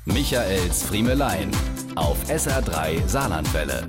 Michaels Friemelein auf SR3 Saarlandwelle.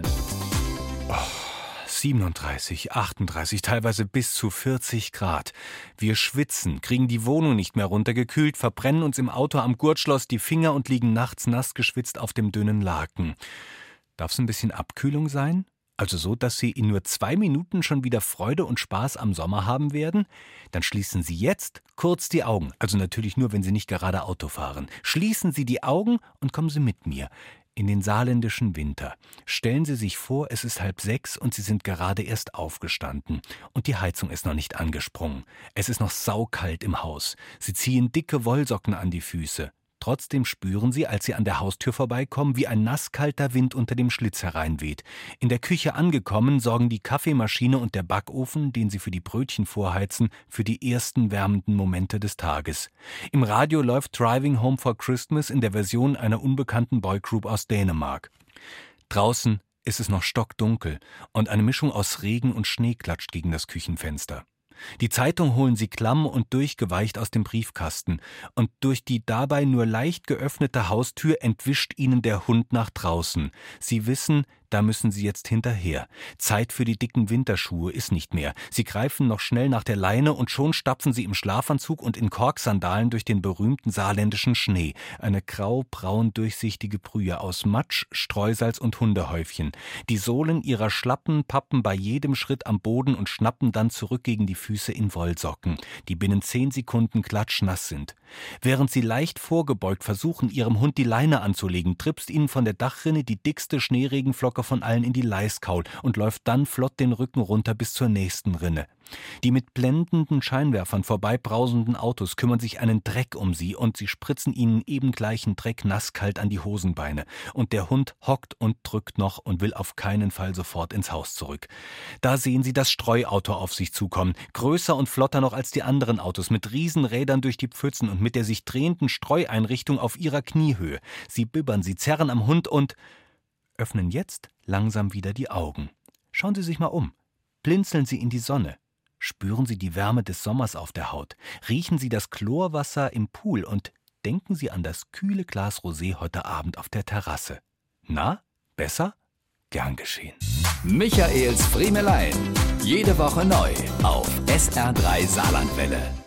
37, 38, teilweise bis zu 40 Grad. Wir schwitzen, kriegen die Wohnung nicht mehr runtergekühlt, verbrennen uns im Auto am Gurtschloss die Finger und liegen nachts nass geschwitzt auf dem dünnen Laken. Darf es ein bisschen Abkühlung sein? Also so, dass Sie in nur 2 Minuten schon wieder Freude und Spaß am Sommer haben werden? Dann schließen Sie jetzt kurz die Augen. Also natürlich nur, wenn Sie nicht gerade Auto fahren. Schließen Sie die Augen und kommen Sie mit mir in den saarländischen Winter. Stellen Sie sich vor, es ist 5:30 und Sie sind gerade erst aufgestanden. Und die Heizung ist noch nicht angesprungen. Es ist noch saukalt im Haus. Sie ziehen dicke Wollsocken an die Füße. Trotzdem spüren Sie, als Sie an der Haustür vorbeikommen, wie ein nasskalter Wind unter dem Schlitz hereinweht. In der Küche angekommen, sorgen die Kaffeemaschine und der Backofen, den Sie für die Brötchen vorheizen, für die ersten wärmenden Momente des Tages. Im Radio läuft Driving Home for Christmas in der Version einer unbekannten Boygroup aus Dänemark. Draußen ist es noch stockdunkel und eine Mischung aus Regen und Schnee klatscht gegen das Küchenfenster. Die Zeitung holen Sie klamm und durchgeweicht aus dem Briefkasten, und durch die dabei nur leicht geöffnete Haustür entwischt Ihnen der Hund nach draußen. Sie wissen, da müssen Sie jetzt hinterher. Zeit für die dicken Winterschuhe ist nicht mehr. Sie greifen noch schnell nach der Leine und schon stapfen Sie im Schlafanzug und in Korksandalen durch den berühmten saarländischen Schnee. Eine grau-braun durchsichtige Brühe aus Matsch, Streusalz und Hundehäufchen. Die Sohlen ihrer Schlappen pappen bei jedem Schritt am Boden und schnappen dann zurück gegen die Füße in Wollsocken, die binnen 10 Sekunden klatschnass sind. Während Sie leicht vorgebeugt versuchen, Ihrem Hund die Leine anzulegen, trippst Ihnen von der Dachrinne die dickste Schneeregenflocke von allen in die Leiskaul und läuft dann flott den Rücken runter bis zur nächsten Rinne. Die mit blendenden Scheinwerfern vorbeibrausenden Autos kümmern sich einen Dreck um Sie und sie spritzen Ihnen eben gleichen Dreck nasskalt an die Hosenbeine. Und der Hund hockt und drückt noch und will auf keinen Fall sofort ins Haus zurück. Da sehen Sie das Streuauto auf sich zukommen, größer und flotter noch als die anderen Autos, mit Riesenrädern durch die Pfützen und mit der sich drehenden Streueinrichtung auf ihrer Kniehöhe. Sie bibbern, sie zerren am Hund und öffnen jetzt langsam wieder die Augen. Schauen Sie sich mal um. Blinzeln Sie in die Sonne. Spüren Sie die Wärme des Sommers auf der Haut. Riechen Sie das Chlorwasser im Pool und denken Sie an das kühle Glas Rosé heute Abend auf der Terrasse. Na, besser? Gern geschehen. Michaels Friemelein. Jede Woche neu auf SR3 Saarlandwelle.